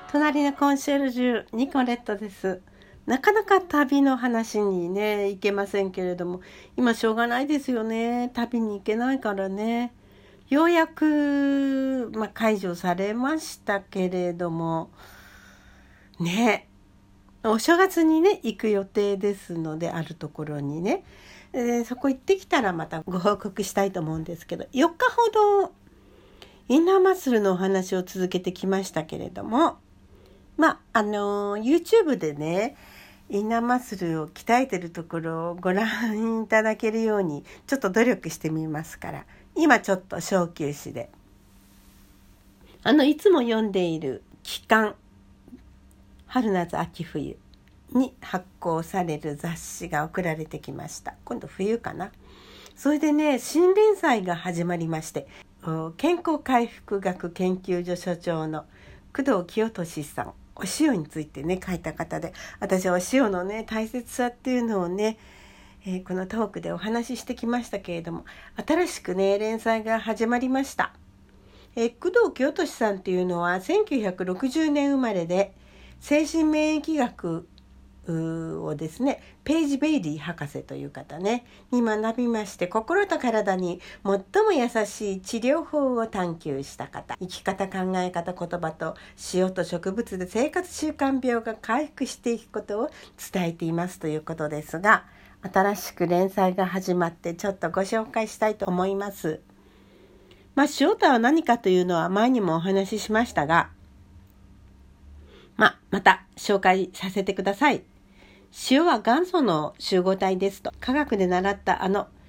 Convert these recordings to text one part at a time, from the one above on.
隣のコンシェルジュニコレットです。なかなか旅の話にね行けませんけれども、今しょうがないですよね。旅に行けないからね。ようやく、解除されましたけれどもね、お正月にね行く予定ですので、あるところにね、そこ行ってきたらまたご報告したいと思うんですけど、4日ほどインナーマッスルのお話を続けてきましたけれども、YouTube でねインナーマッスルを鍛えてるところをご覧いただけるようにちょっと努力してみますから、今ちょっと小休止で、いつも読んでいる期間春夏秋冬に発行される雑誌が送られてきました。今度冬かな。それでね、新連載が始まりまして、健康回復学研究所所長の工藤清俊さん、お塩についてね書いた方で、私はお塩のね大切さっていうのをね、このトークでお話ししてきましたけれども、新しくね連載が始まりました。工藤清俊さんっていうのは1960年生まれで、精神免疫学をですね、ペイジ・ベイリー博士という方ねに学びまして、心と体に最も優しい治療法を探求した方、生き方、考え方、言葉と塩と植物で生活習慣病が回復していくことを伝えていますということですが、新しく連載が始まってちょっとご紹介したいと思います。塩とは何かというのは前にもお話ししましたが、また紹介させてください。塩は元素の集合体ですと科学で習った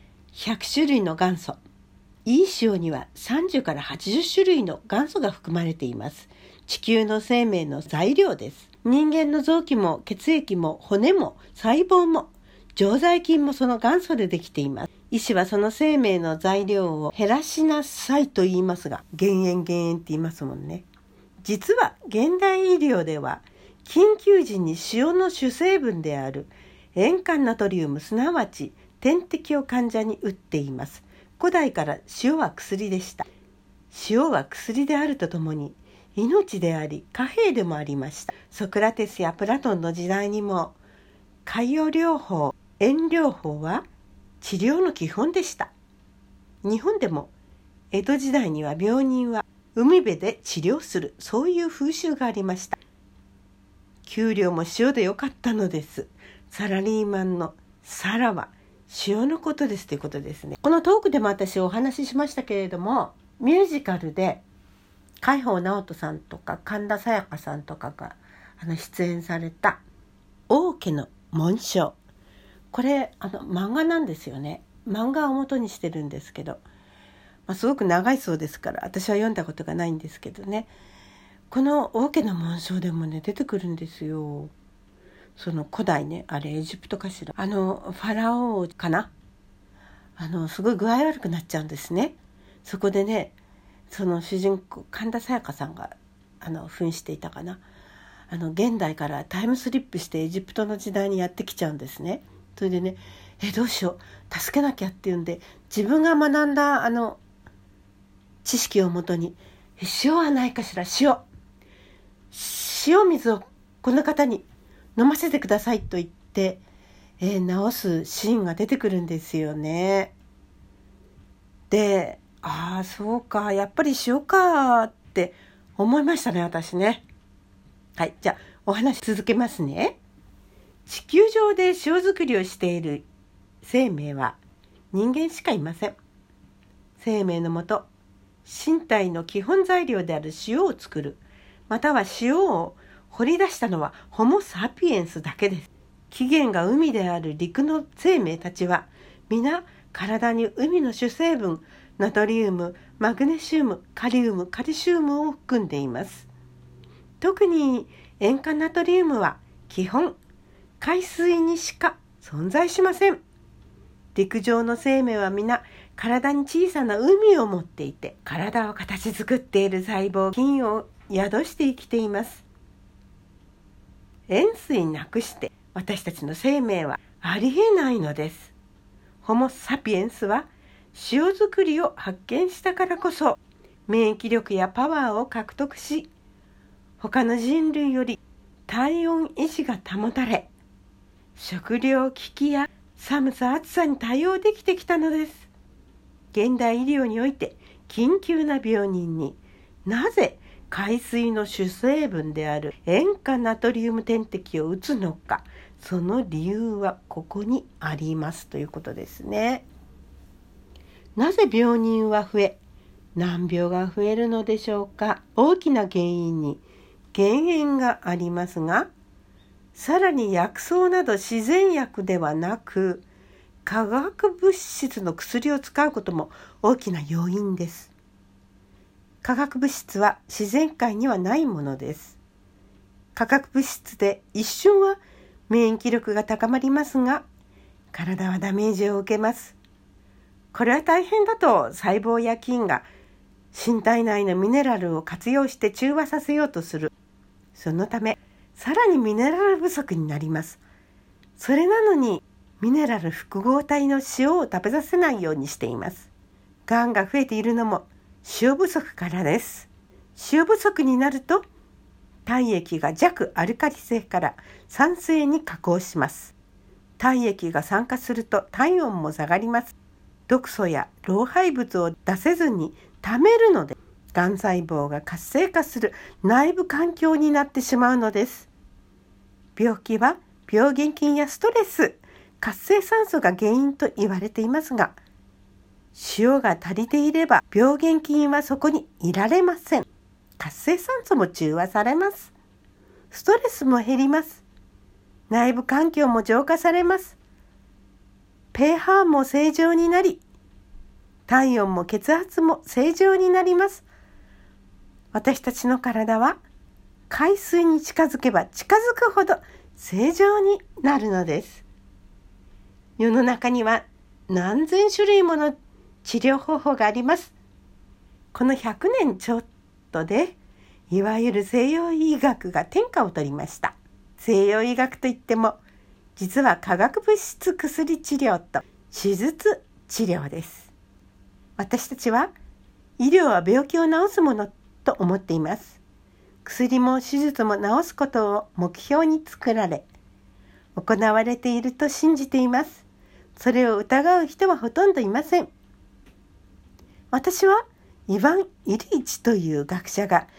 100種類の元素。いい塩には30から80種類の元素が含まれています。地球の生命の材料です。人間の臓器も血液も骨も細胞も常在菌もその元祖でできています。医師はその生命の材料を減らしなさいと言いますが、減塩って言いますもんね。実は現代医療では緊急時に塩の主成分である塩化ナトリウム、すなわち点滴を患者に打っています。古代から塩は薬でした。塩は薬であるとともに命であり貨幣でもありました。ソクラテスやプラトンの時代にも海洋療法、塩療法は治療の基本でした。日本でも江戸時代には病人は海辺で治療する、そういう風習がありました。給料も塩でよかったのです。サラリーマンのサラは塩のことですということですね。このトークでも私お話ししましたけれども、ミュージカルで海宝直人さんとか神田沙也加さんとかが出演された王家の紋章、これ漫画なんですよね。漫画を元にしてるんですけど、すごく長いそうですから私は読んだことがないんですけどね、この王家の紋章でもね出てくるんですよ。その古代ね、あれエジプトかしら、ファラオ王かな、すごい具合悪くなっちゃうんですね。そこでね、その主人公神田沙也加さんが扮していたかな、現代からタイムスリップしてエジプトの時代にやってきちゃうんですね。それでね、どうしよう、助けなきゃっていうんで、自分が学んだ知識をもとに、塩はないかしら、塩水をこの方に飲ませてくださいと言って、治すシーンが出てくるんですよね。で、そうか、やっぱり塩かって思いましたね、私ね。はい、じゃあお話続けますね。地球上で塩作りをしている生命は人間しかいません。生命のもと、身体の基本材料である塩を作る、または塩を掘り出したのはホモ・サピエンスだけです。起源が海である陸の生命たちは皆体に海の主成分ナトリウム、マグネシウム、カリウム、カルシウムを含んでいます。特に塩化ナトリウムは基本海水にしか存在しません。陸上の生命は皆体に小さな海を持っていて、体を形作っている細胞、菌を宿して生きています。塩水なくして私たちの生命はありえないのです。ホモ・サピエンスは塩作りを発見したからこそ免疫力やパワーを獲得し、 他の人類より体温維持が保たれ、食糧危機や寒さ暑さに対応できてきたのです。現代医療において緊急な病人になぜ海水の主成分である塩化ナトリウム点滴を打つのか、その理由はここにありますということですね。なぜ病人は増え、難病が増えるのでしょうか。大きな原因に減塩がありますが、さらに薬草など自然薬ではなく、化学物質の薬を使うことも大きな要因です。化学物質は自然界にはないものです。化学物質で一瞬は免疫力が高まりますが、体はダメージを受けます。これは大変だと細胞や菌が身体内のミネラルを活用して中和させようとする。そのため、さらにミネラル不足になります。それなのに、ミネラル複合体の塩を食べさせないようにしています。がんが増えているのも塩不足からです。塩不足になると、体液が弱アルカリ性から酸性に加工します。体液が酸化すると体温も下がります。毒素や老廃物を出せずに溜めるので、がん細胞が活性化する内部環境になってしまうのです。病気は病原菌やストレス、活性酸素が原因と言われていますが、塩が足りていれば病原菌はそこにいられません。活性酸素も中和されます。ストレスも減ります。内部環境も浄化されます。pH も正常になり、体温も血圧も正常になります。私たちの体は海水に近づけば近づくほど正常になるのです。世の中には何千種類もの治療方法があります。この100年ちょっとで、いわゆる西洋医学が天下を取りました。西洋医学といっても、実は化学物質薬治療と手術治療です。私たちは医療は病気を治すものと思っています。薬も手術も治すことを目標に作られ、行われていると信じています。それを疑う人はほとんどいません。私はイヴァン・イリーチという学者が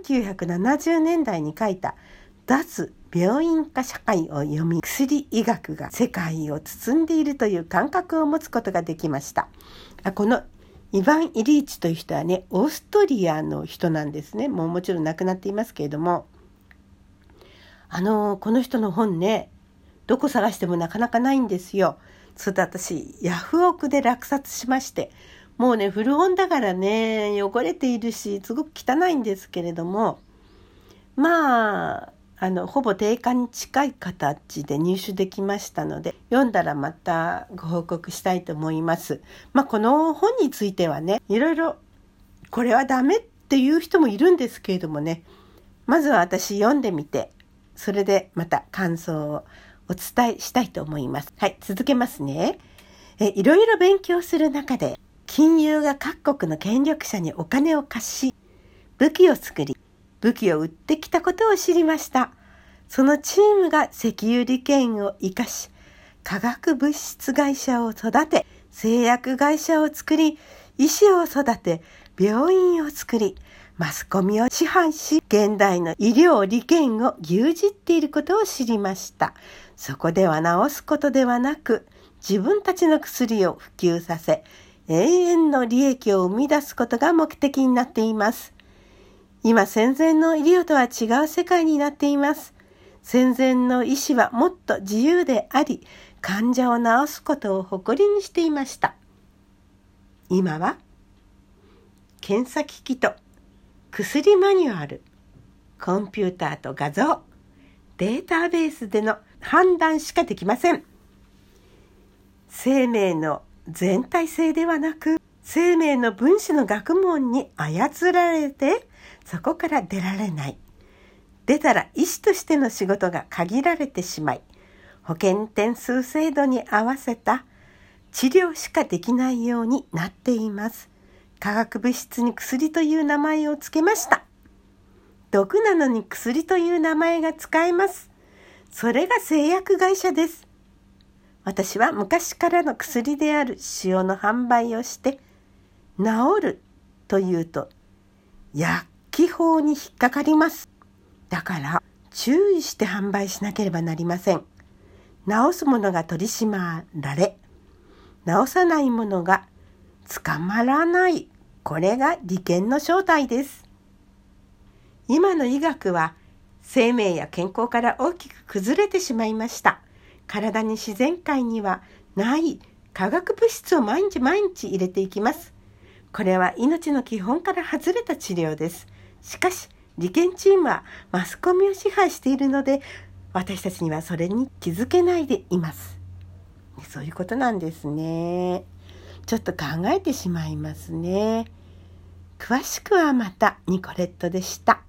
1970年代に書いた脱病院化社会を読み、薬医学が世界を包んでいるという感覚を持つことができました。このイヴァン・イリーチという人はね、オーストリアの人なんですね。もちろん亡くなっていますけれども、この人の本ね、どこ探してもなかなかないんですよ。それで私ヤフオクで落札しまして、もうね古本だからね汚れているしすごく汚いんですけれども、まあほぼ定価に近い形で入手できましたので、読んだらまたご報告したいと思います。この本についてはね、いろいろこれはダメっていう人もいるんですけれどもね、まずは私読んでみて、それでまた感想をお伝えしたいと思います。はい、続けますね。いろいろ勉強する中で、金融が各国の権力者にお金を貸し、武器を作り、武器を売ってきたことを知りました。そのチームが石油利権を生かし、化学物質会社を育て、製薬会社を作り、医師を育て、病院を作り、マスコミを支配し、現代の医療利権を牛耳っていることを知りました。そこでは治すことではなく、自分たちの薬を普及させ、永遠の利益を生み出すことが目的になっています。今戦前の医療とは違う世界になっています。戦前の医師はもっと自由であり、患者を治すことを誇りにしていました。今は検査機器と薬マニュアル、コンピューターと画像、データベースでの判断しかできません。生命の全体性ではなく、生命の分子の学問に操られて、そこから出られない。出たら医師としての仕事が限られてしまい、保険点数制度に合わせた治療しかできないようになっています。化学物質に薬という名前をつけました。 毒なのに薬という名前が使えます。それが製薬会社です。私は昔からの薬である塩の販売をして、治るというと薬機法に引っかかります。だから注意して販売しなければなりません。治すものが取り締まられ、治さないものが捕まらない。これが利権の正体です。今の医学は生命や健康から大きく崩れてしまいました。体に自然界にはない化学物質を毎日入れていきます。これは命の基本から外れた治療です。しかし利権チームはマスコミを支配しているので、私たちにはそれに気づけないでいます。そういうことなんですね。ちょっと考えてしまいますね。詳しくはまた。ニコレットでした。